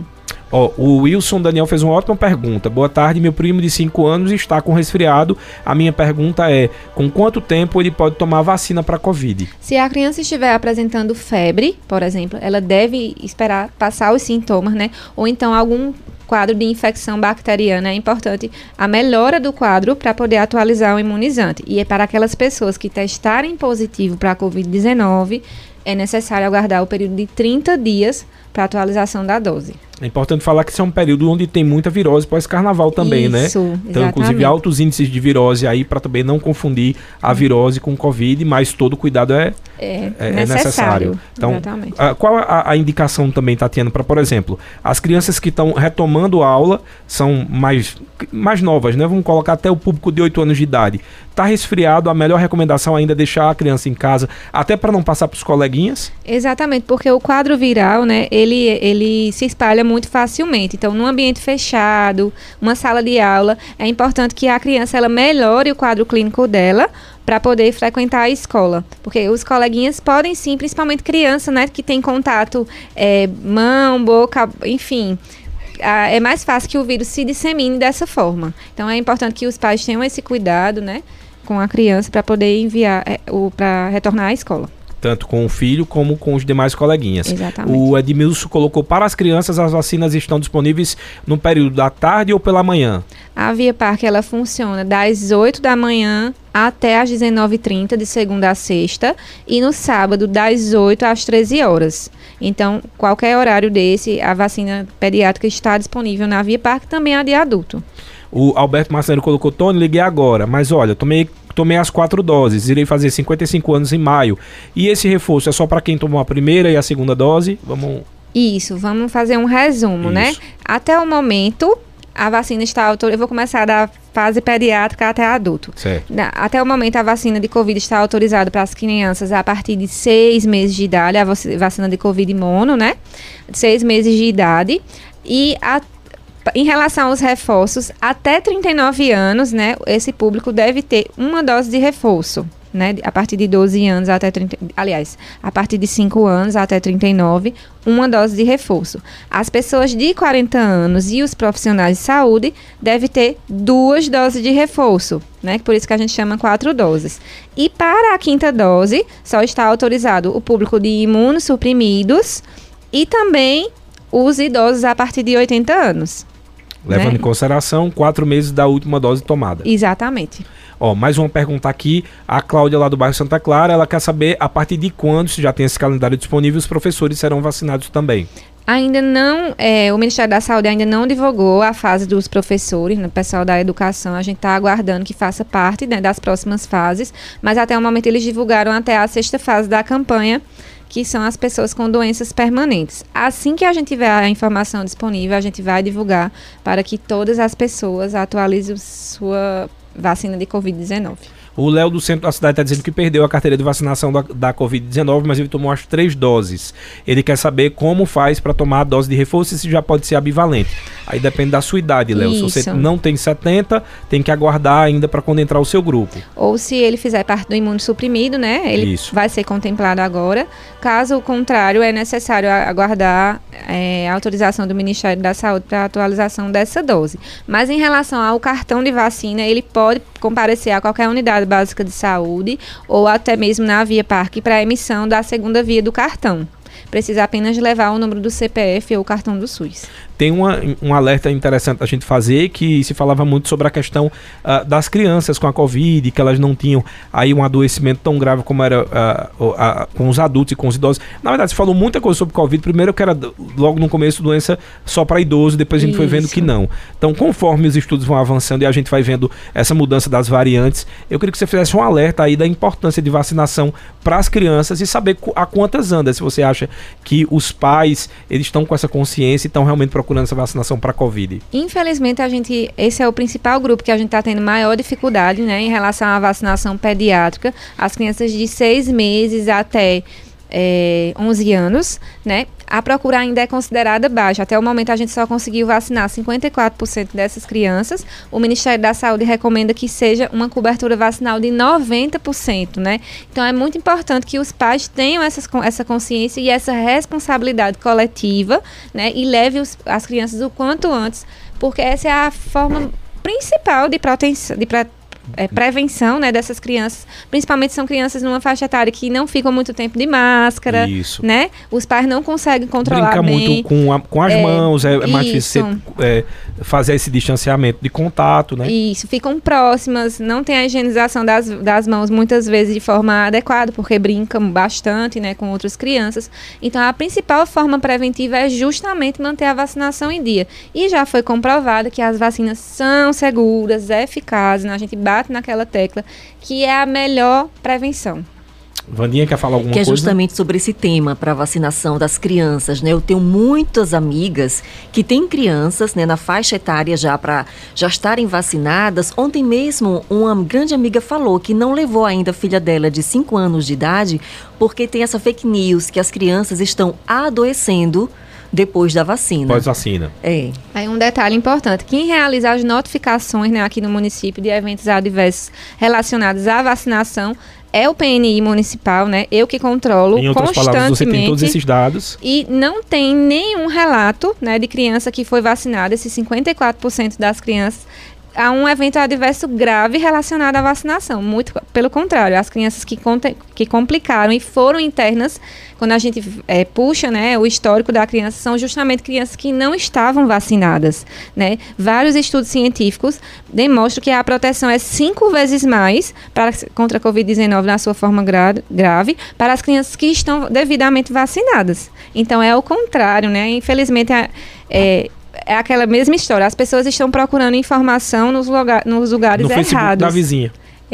O Wilson Daniel fez uma ótima pergunta. Boa tarde, meu primo de 5 anos está com resfriado. A minha pergunta é, com quanto tempo ele pode tomar vacina para Covid? Se a criança estiver apresentando febre, por exemplo, ela deve esperar passar os sintomas, né? Ou então algum quadro de infecção bacteriana. É importante a melhora do quadro para poder atualizar o imunizante. E é para aquelas pessoas que testarem positivo para a Covid-19, é necessário aguardar o período de 30 dias para atualização da dose. É importante falar que esse é um período onde tem muita virose pós-carnaval também, né? Isso, então, exatamente. Inclusive, altos índices de virose aí, para também não confundir a virose com Covid, mas todo cuidado é necessário. Então, qual a indicação também, Tatiana, para, por exemplo, as crianças que estão retomando a aula são mais novas, né? Vamos colocar até o público de 8 anos de idade. Está resfriado, a melhor recomendação ainda é deixar a criança em casa, até para não passar para os coleguinhas? Exatamente, porque o quadro viral, né, ele se espalha muito facilmente. Então, num ambiente fechado, uma sala de aula, é importante que a criança ela melhore o quadro clínico dela para poder frequentar a escola. Porque os coleguinhas podem sim, principalmente criança, né, que tem contato mão, boca, enfim, é mais fácil que o vírus se dissemine dessa forma. Então, é importante que os pais tenham esse cuidado, né, com a criança para poder enviar para retornar à escola. Tanto com o filho como com os demais coleguinhas. Exatamente. O Edmilson colocou, para as crianças, as vacinas estão disponíveis no período da tarde ou pela manhã? A Via Parque, ela funciona das 8 da manhã até às 19h30, de segunda a sexta, e no sábado, das 8 às 13 horas. Então, qualquer horário desse, a vacina pediátrica está disponível na Via Parque, também a de adulto. O Alberto Marcelo colocou, Tony, liguei agora, mas olha, tomei as 4 doses, irei fazer 55 anos em maio. E esse reforço é só para quem tomou a primeira e a segunda dose? Isso, vamos fazer um resumo, né? Até o momento, a vacina está autorizada. Eu vou começar da fase pediátrica até adulto. Certo. Até o momento, a vacina de Covid está autorizada para as crianças a partir de 6 meses de idade, a vacina de Covid mono, né? 6 meses de idade. E em relação aos reforços, até 39 anos, né, esse público deve ter uma dose de reforço, né, a partir de 12 anos até a partir de 5 anos até 39, uma dose de reforço. As pessoas de 40 anos e os profissionais de saúde devem ter 2 doses de reforço, né, por isso que a gente chama 4 doses. E para a 5ª dose, só está autorizado o público de imunossuprimidos e também os idosos a partir de 80 anos. Levando né? em consideração 4 meses da última dose tomada. Exatamente. Ó, mais uma pergunta aqui. A Cláudia lá do bairro Santa Clara, ela quer saber a partir de quando, se já tem esse calendário disponível, os professores serão vacinados também. Ainda não, o Ministério da Saúde ainda não divulgou a fase dos professores, né, pessoal da educação. A gente está aguardando que faça parte, né, das próximas fases, mas até o momento eles divulgaram até a 6ª fase da campanha, que são as pessoas com doenças permanentes. Assim que a gente tiver a informação disponível, a gente vai divulgar para que todas as pessoas atualizem sua vacina de Covid-19. O Léo do centro da cidade está dizendo que perdeu a carteira de vacinação da Covid-19, mas ele tomou as 3 doses. Ele quer saber como faz para tomar a dose de reforço e se já pode ser a bivalente. Aí depende da sua idade, Léo. Se você não tem 70, tem que aguardar ainda para quando entrar o seu grupo. Ou se ele fizer parte do imunossuprimido, né? Ele vai ser contemplado agora. Caso contrário, é necessário aguardar a autorização do Ministério da Saúde para a atualização dessa dose. Mas em relação ao cartão de vacina, ele pode comparecer a qualquer unidade básica de saúde ou até mesmo na Via Parque para a emissão da 2ª via do cartão. Precisa apenas levar o número do CPF ou o cartão do SUS. Tem um alerta interessante a gente fazer, que se falava muito sobre a questão das crianças com a Covid, que elas não tinham aí um adoecimento tão grave como era com os adultos e com os idosos. Na verdade, se falou muita coisa sobre Covid. Primeiro que era logo no começo doença só para idoso, depois a gente foi vendo que não. Então, conforme os estudos vão avançando e a gente vai vendo essa mudança das variantes, eu queria que você fizesse um alerta aí da importância de vacinação para as crianças e saber a quantas anda, se você acha que os pais eles estão com essa consciência e estão realmente procurando essa vacinação para a Covid. Infelizmente, esse é o principal grupo que a gente está tendo maior dificuldade, né, em relação à vacinação pediátrica. As crianças de 6 meses até 11 anos, né? A procura ainda é considerada baixa. Até o momento a gente só conseguiu vacinar 54% dessas crianças. O Ministério da Saúde recomenda que seja uma cobertura vacinal de 90%, né? Então é muito importante que os pais tenham essa consciência e essa responsabilidade coletiva, né? E leve as crianças o quanto antes, porque essa é a forma principal de prevenção, né, dessas crianças. Principalmente são crianças numa faixa etária que não ficam muito tempo de máscara. Isso. Né? Os pais não conseguem controlar Brinca bem. muito com as mãos, é mais difícil fazer esse distanciamento de contato, né? Isso, ficam próximas, não tem a higienização das mãos muitas vezes de forma adequada, porque brincam bastante, né, com outras crianças. Então, a principal forma preventiva é justamente manter a vacinação em dia. E já foi comprovado que as vacinas são seguras, eficazes, né? A gente bate naquela tecla que é a melhor prevenção. Vandinha quer falar alguma coisa? Que é justamente sobre esse tema para a vacinação das crianças, né? Eu tenho muitas amigas que têm crianças, né, na faixa etária já estarem vacinadas. Ontem mesmo, uma grande amiga falou que não levou ainda a filha dela de 5 anos de idade porque tem essa fake news que as crianças estão adoecendo depois da vacina. Pós-vacina. Aí um detalhe importante, quem realiza as notificações, né, aqui no município de eventos adversos relacionados à vacinação é o PNI municipal, né? Eu que controlo em outras constantemente. Palavras, você tem todos esses dados. E não tem nenhum relato, né, de criança que foi vacinada, esses 54% das crianças, a um evento adverso grave relacionado à vacinação. Muito pelo contrário, as crianças que complicaram e foram internas, quando a gente puxa, né, o histórico da criança, são justamente crianças que não estavam vacinadas, né? Vários estudos científicos demonstram que a proteção é 5 vezes mais contra a Covid-19 na sua forma grave para as crianças que estão devidamente vacinadas. Então, é o contrário, né? Infelizmente, é aquela mesma história. As pessoas estão procurando informação nos lugares no errados. Facebook da vizinha.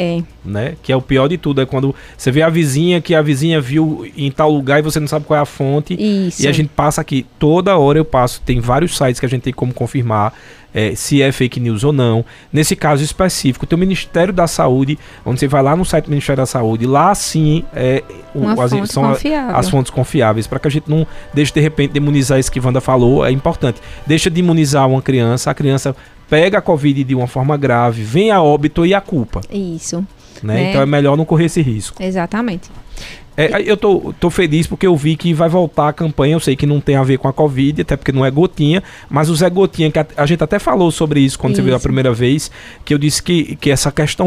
Né? Que é o pior de tudo. É quando você vê a vizinha, que a vizinha viu em tal lugar e você não sabe qual é a fonte. Isso. E a gente passa aqui, toda hora eu passo, tem vários sites que a gente tem como confirmar se é fake news ou não. Nesse caso específico, tem o Ministério da Saúde, onde você vai lá no site do Ministério da Saúde, lá sim são as fontes confiáveis, para que a gente não deixe de repente de imunizar isso que Wanda falou, é importante. Deixa de imunizar uma criança, a criança pega a Covid de uma forma grave, vem a óbito e a culpa. Isso. Né? Então é melhor não correr esse risco. Exatamente. Eu tô feliz porque eu vi que vai voltar a campanha. Eu sei que não tem a ver com a Covid, até porque não é gotinha, mas o Zé Gotinha, que a gente até falou sobre isso quando você veio a primeira vez, que eu disse que essa questão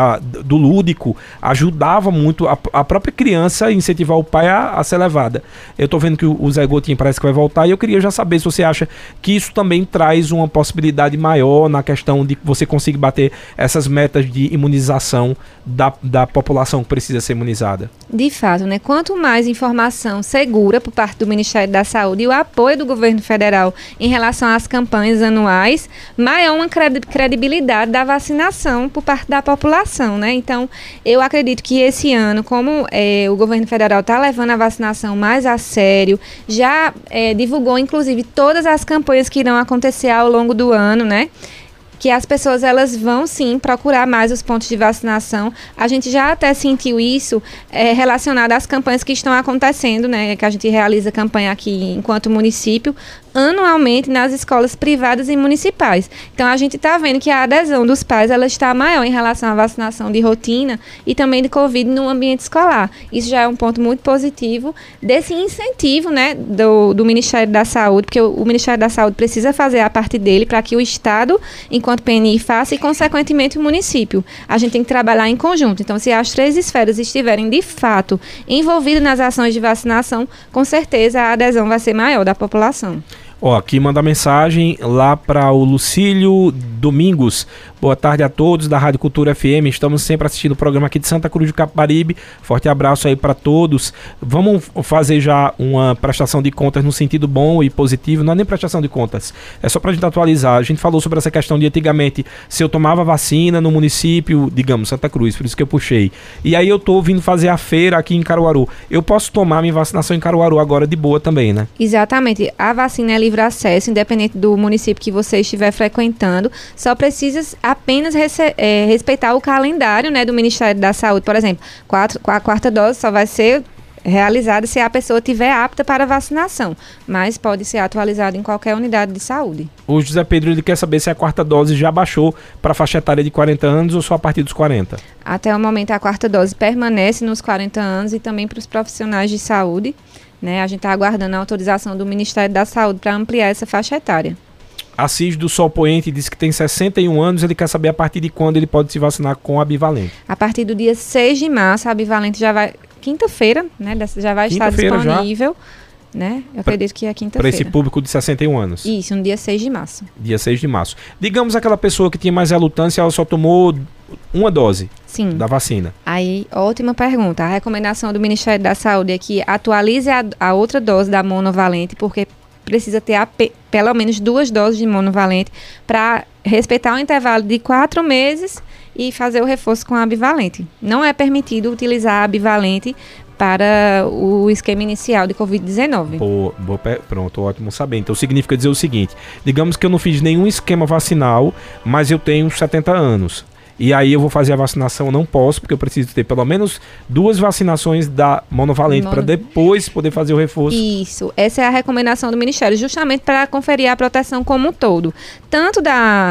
do lúdico ajudava muito a própria criança a incentivar o pai a ser levada. Eu tô vendo que o Zé Gotinha parece que vai voltar e eu queria já saber se você acha que isso também traz uma possibilidade maior na questão de que você consiga bater essas metas de imunização da população que precisa ser imunizada. De fato, né? Quanto mais informação segura por parte do Ministério da Saúde e o apoio do governo federal em relação às campanhas anuais, maior uma credibilidade da vacinação por parte da população, né? Então, eu acredito que esse ano, como o governo federal está levando a vacinação mais a sério, já divulgou, inclusive, todas as campanhas que irão acontecer ao longo do ano, né? Que as pessoas elas vão sim procurar mais os pontos de vacinação. A gente já até sentiu isso relacionado às campanhas que estão acontecendo, né? Que a gente realiza campanha aqui enquanto município, anualmente nas escolas privadas e municipais. Então a gente está vendo que a adesão dos pais ela está maior em relação à vacinação de rotina e também de Covid no ambiente escolar. Isso já é um ponto muito positivo desse incentivo, né, do Ministério da Saúde, porque o Ministério da Saúde precisa fazer a parte dele para que o Estado, enquanto PNI, faça e, consequentemente, o município. A gente tem que trabalhar em conjunto. Então, se as 3 esferas estiverem, de fato, envolvidas nas ações de vacinação, com certeza a adesão vai ser maior da população. Aqui manda mensagem lá para o Lucílio Domingos. Boa tarde a todos da Rádio Cultura FM. Estamos sempre assistindo o programa aqui de Santa Cruz do Capibaribe. Forte abraço aí para todos. Vamos fazer já uma prestação de contas no sentido bom e positivo. Não é nem prestação de contas, é só para a gente atualizar. A gente falou sobre essa questão de antigamente, se eu tomava vacina no município, digamos, Santa Cruz, por isso que eu puxei. E aí eu tô vindo fazer a feira aqui em Caruaru. Eu posso tomar minha vacinação em Caruaru agora de boa também, né? Exatamente. A vacina é livre acesso, independente do município que você estiver frequentando. Só precisa apenas respeitar o calendário, né, do Ministério da Saúde. Por exemplo, a quarta dose só vai ser realizada se a pessoa estiver apta para vacinação, mas pode ser atualizada em qualquer unidade de saúde. O José Pedro ele quer saber se a quarta dose já baixou para a faixa etária de 40 anos ou só a partir dos 40? Até o momento a quarta dose permanece nos 40 anos e também para os profissionais de saúde, né? A gente está aguardando a autorização do Ministério da Saúde para ampliar essa faixa etária. Assis do Sol Poente disse que tem 61 anos, ele quer saber a partir de quando ele pode se vacinar com a bivalente. A partir do dia 6 de março, a bivalente já vai, quinta-feira, né, já vai estar disponível, né? Eu acredito que é quinta-feira. Para esse público de 61 anos. Isso, no dia 6 de março. Dia 6 de março. Digamos aquela pessoa que tinha mais relutância, ela só tomou uma dose. Sim. Da vacina. Aí, ótima pergunta. A recomendação do Ministério da Saúde é que atualize a outra dose da monovalente, porque precisa ter pelo menos 2 doses de monovalente para respeitar o intervalo de 4 meses e fazer o reforço com a bivalente. Não é permitido utilizar a bivalente para o esquema inicial de Covid-19. Pronto, ótimo saber. Então significa dizer o seguinte, digamos que eu não fiz nenhum esquema vacinal, mas eu tenho 70 anos. E aí eu vou fazer a vacinação, não posso, porque eu preciso ter pelo menos 2 vacinações da monovalente para depois poder fazer o reforço. Isso, essa é a recomendação do Ministério, justamente para conferir a proteção como um todo, tanto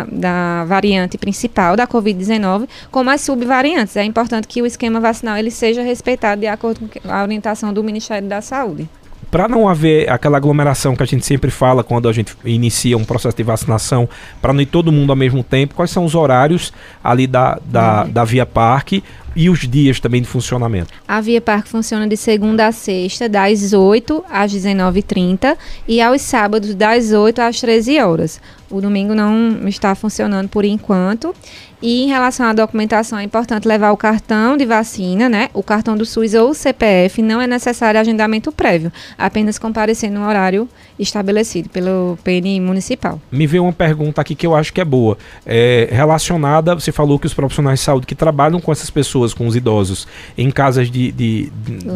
da variante principal da Covid-19, como as subvariantes. É importante que o esquema vacinal ele seja respeitado de acordo com a orientação do Ministério da Saúde. Para não haver aquela aglomeração que a gente sempre fala quando a gente inicia um processo de vacinação, para não ir todo mundo ao mesmo tempo, quais são os horários ali da Via Parque e os dias também de funcionamento? A Via Parque funciona de segunda a sexta, das 8 às 19h30 e aos sábados das 8 às 13 horas. O domingo não está funcionando por enquanto. E em relação à documentação, é importante levar o cartão de vacina, né? O cartão do SUS ou o CPF, não é necessário agendamento prévio, apenas comparecer no horário estabelecido pelo PNI municipal. Me veio uma pergunta aqui que eu acho que é boa, relacionada, você falou que os profissionais de saúde que trabalham com essas pessoas, com os idosos, em casas de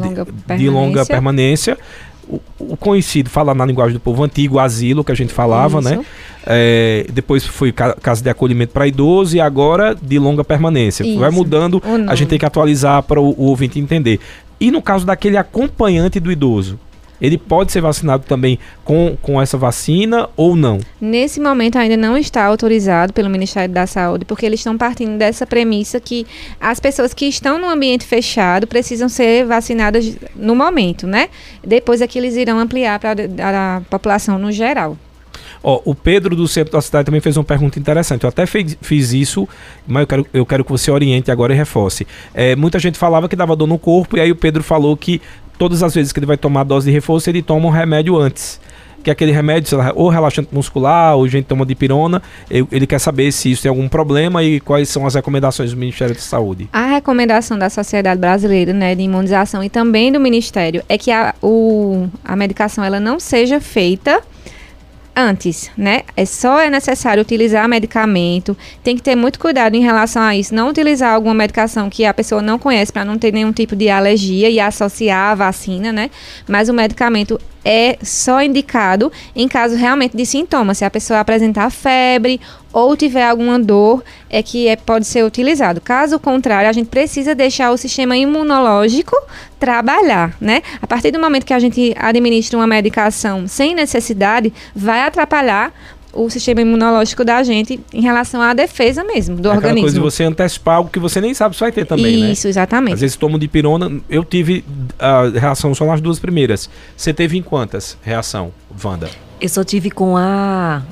longa permanência, o conhecido, fala na linguagem do povo antigo, asilo, que a gente falava, isso, né? Depois foi casa de acolhimento para idoso e agora de longa permanência. Isso. Vai mudando, a gente tem que atualizar para o ouvinte entender. E no caso daquele acompanhante do idoso, ele pode ser vacinado também com essa vacina ou não? Nesse momento ainda não está autorizado pelo Ministério da Saúde, porque eles estão partindo dessa premissa que as pessoas que estão no ambiente fechado precisam ser vacinadas no momento, né? Depois é que eles irão ampliar para a população no geral. O Pedro do centro da cidade também fez uma pergunta interessante. Eu até fiz isso, mas eu quero que você oriente agora e reforce. Muita gente falava que dava dor no corpo, e aí o Pedro falou que todas as vezes que ele vai tomar a dose de reforço, ele toma um remédio antes. Que é aquele remédio, sei lá, ou relaxante muscular, ou gente toma dipirona. Ele quer saber se isso tem algum problema e quais são as recomendações do Ministério da Saúde. A recomendação da Sociedade Brasileira, né, de Imunização e também do Ministério é que a medicação ela não seja feita antes, né? É necessário utilizar medicamento, tem que ter muito cuidado em relação a isso, não utilizar alguma medicação que a pessoa não conhece para não ter nenhum tipo de alergia e associar a vacina, né? Mas o medicamento é só indicado em caso realmente de sintomas, se a pessoa apresentar febre ou tiver alguma dor, pode ser utilizado. Caso contrário, a gente precisa deixar o sistema imunológico trabalhar, né? A partir do momento que a gente administra uma medicação sem necessidade, vai atrapalhar o sistema imunológico da gente em relação à defesa mesmo do organismo. Aquela coisa de você antecipar algo que você nem sabe se vai ter também, né? Isso, exatamente. Às vezes tomo dipirona, eu tive a reação só nas 2 primeiras. Você teve em quantas reação, Wanda? Eu só tive com a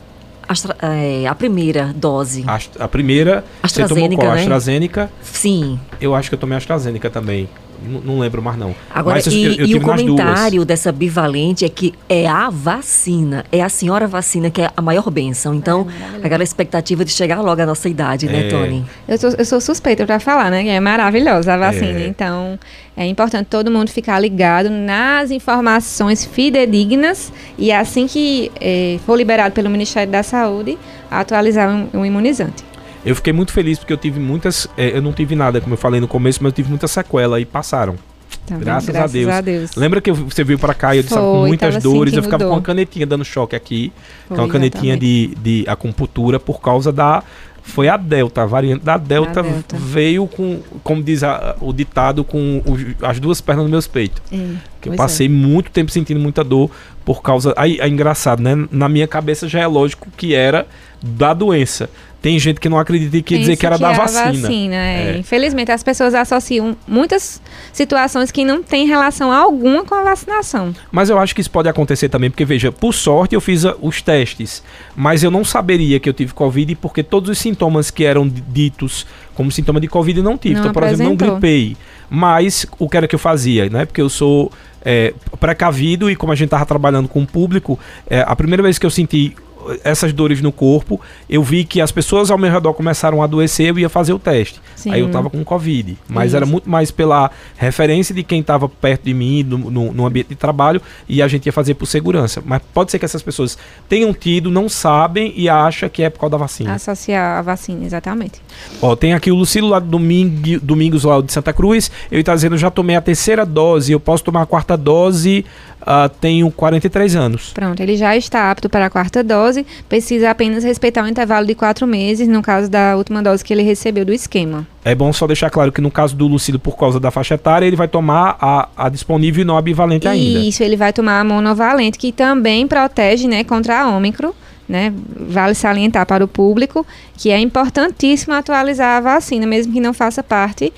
primeira dose. A primeira, você tomou qual? Né? AstraZeneca? Sim. Eu acho que eu tomei AstraZeneca também. Não lembro mais não. Agora, mas e o comentário dessa bivalente é que é a vacina, é a senhora vacina que é a maior bênção. Então, aquela expectativa de chegar logo à nossa idade, né, Tony? Eu sou suspeita para falar, né? Que é maravilhosa a vacina. Então, é importante todo mundo ficar ligado nas informações fidedignas e assim que for liberado pelo Ministério da Saúde, atualizar um imunizante. Eu fiquei muito feliz porque eu tive muitas... eu não tive nada, como eu falei no começo, mas eu tive muita sequela e passaram. Graças a Deus. Lembra que você veio pra cá e eu disse com muitas dores, eu ficava com uma canetinha dando choque aqui, que é uma canetinha de acupuntura por causa foi a Delta, a variante da Delta. Veio com, como diz o ditado, com as 2 pernas nos meus peitos. Que eu passei muito tempo sentindo muita dor por causa... Aí é engraçado, né? Na minha cabeça já é lógico que era da doença. Tem gente que não acredita e quer dizer que era da vacina. Infelizmente, as pessoas associam muitas situações que não têm relação alguma com a vacinação. Mas eu acho que isso pode acontecer também, porque, veja, por sorte eu fiz os testes, mas eu não saberia que eu tive Covid, porque todos os sintomas que eram ditos como sintoma de Covid eu não tive. Então, por exemplo, não gripei. Mas o que era que eu fazia, né? Porque eu sou precavido e como a gente estava trabalhando com o público, a primeira vez que eu senti essas dores no corpo, eu vi que as pessoas ao meu redor começaram a adoecer, eu ia fazer o teste. Sim. Aí eu tava com Covid, mas era muito mais pela referência de quem estava perto de mim, no ambiente de trabalho, e a gente ia fazer por segurança. Mas pode ser que essas pessoas tenham tido, não sabem e acham que é por causa da vacina. Associar a vacina, exatamente. Tem aqui o Lucilo lá do Domingos lá de Santa Cruz, ele tá dizendo, já tomei a 3ª dose, eu posso tomar a 4ª dose, tenho 43 anos. Pronto, ele já está apto para a 4ª dose, precisa apenas respeitar o intervalo de 4 meses, no caso da última dose que ele recebeu do esquema. É bom só deixar claro que no caso do Lucílio, por causa da faixa etária, ele vai tomar a disponível e não a bivalente ainda. Isso, ele vai tomar a monovalente, que também protege, né, contra a Ômicron, né? Vale salientar para o público que é importantíssimo atualizar a vacina, mesmo que não faça parte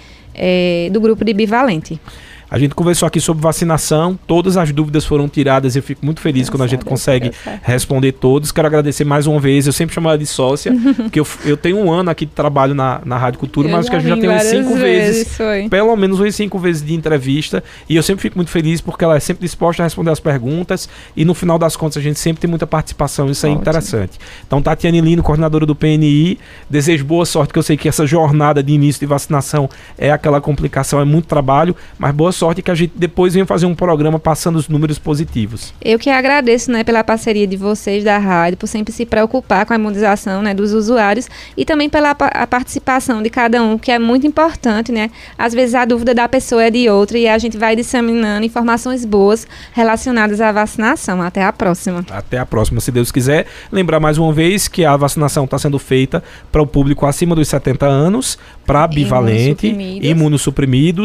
do grupo de bivalente. A gente conversou aqui sobre vacinação, todas as dúvidas foram tiradas, eu fico muito feliz quando a gente consegue responder todos. Quero agradecer mais uma vez, eu sempre chamo ela de sócia, porque eu tenho 1 ano aqui de trabalho na Rádio Cultura, mas acho que a gente já tem umas 5 vezes, pelo menos umas 5 vezes de entrevista, e eu sempre fico muito feliz porque ela é sempre disposta a responder as perguntas, e no final das contas a gente sempre tem muita participação, isso é interessante. Então, Tatiane Lino, coordenadora do PNI, desejo boa sorte, porque eu sei que essa jornada de início de vacinação é aquela complicação, é muito trabalho, mas boa sorte que a gente depois venha fazer um programa passando os números positivos. Eu que agradeço, né, pela parceria de vocês da rádio, por sempre se preocupar com a imunização, né, dos usuários e também pela a participação de cada um, que é muito importante, né? Às vezes a dúvida da pessoa é de outra e a gente vai disseminando informações boas relacionadas à vacinação. Até a próxima. Até a próxima, se Deus quiser. Lembrar mais uma vez que a vacinação está sendo feita para o público acima dos 70 anos, para bivalente, imunossuprimidos,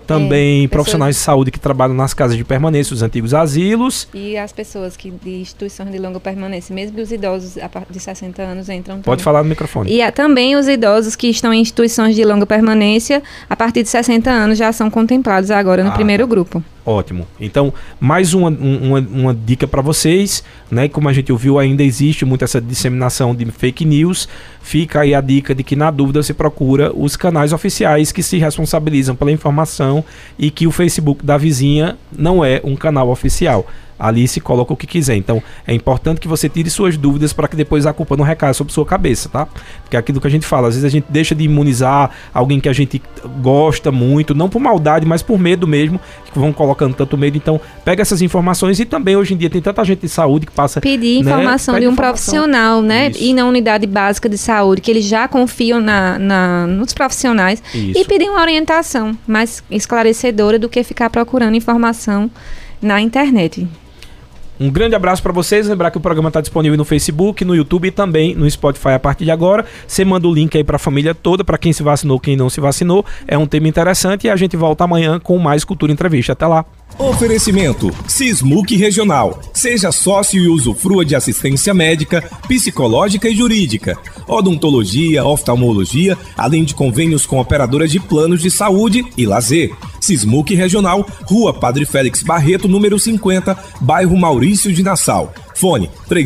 também profissionais de saúde que trabalham nas casas de permanência, os antigos asilos. E as pessoas de instituições de longa permanência, mesmo que os idosos a partir de 60 anos entram também. Pode falar no microfone. E também os idosos que estão em instituições de longa permanência, a partir de 60 anos já são contemplados agora no primeiro grupo. Ótimo. Então, mais uma dica para vocês, né? Como a gente ouviu, ainda existe muito essa disseminação de fake news. Fica aí a dica de que, na dúvida, você procura os canais oficiais que se responsabilizam pela informação e que o Facebook da vizinha não é um canal oficial. Ali se coloca o que quiser. Então, é importante que você tire suas dúvidas para que depois a culpa não recaia sobre sua cabeça, tá? Porque é aquilo que a gente fala, às vezes a gente deixa de imunizar alguém que a gente gosta muito, não por maldade, mas por medo mesmo, que vão colocando tanto medo. Então, pega essas informações e também hoje em dia tem tanta gente de saúde que passa... Pedir informação de um profissional, né? Isso. E na unidade básica de saúde, que eles já confiam nos profissionais. Isso. E pedir uma orientação mais esclarecedora do que ficar procurando informação na internet. Um grande abraço para vocês. Lembrar que o programa está disponível no Facebook, no YouTube e também no Spotify a partir de agora. Você manda o link aí para a família toda, para quem se vacinou, quem não se vacinou. É um tema interessante e a gente volta amanhã com mais Cultura Entrevista. Até lá. Oferecimento Sismuc Regional. Seja sócio e usufrua de assistência médica, psicológica e jurídica, odontologia, oftalmologia, além de convênios com operadoras de planos de saúde e lazer. Sismuc Regional, Rua Padre Félix Barreto, número 50, bairro Maurício de Nassau. Fone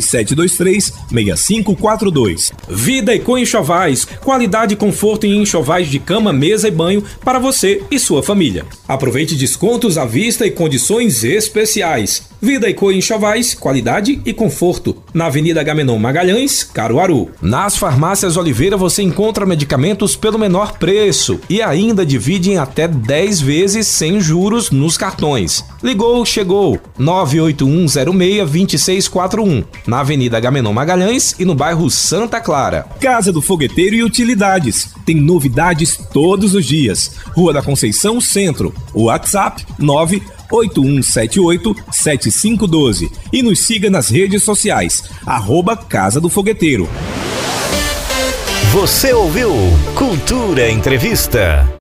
3723-6542. Vida Eco Enxovais. Qualidade e conforto em enxovais de cama, mesa e banho para você e sua família. Aproveite descontos à vista e condições especiais. Vida Eco Enxovais, qualidade e conforto. Na Avenida Agamenon Magalhães, Caruaru. Nas farmácias Oliveira você encontra medicamentos pelo menor preço e ainda divide em até 10 vezes sem juros nos cartões. Ligou, chegou. 98106-2641. Na Avenida Agamenon Magalhães e no bairro Santa Clara. Casa do Fogueteiro e Utilidades. Tem novidades todos os dias. Rua da Conceição, Centro. WhatsApp 98178-7512. E nos siga nas redes sociais. @Casa do Fogueteiro. Você ouviu Cultura Entrevista.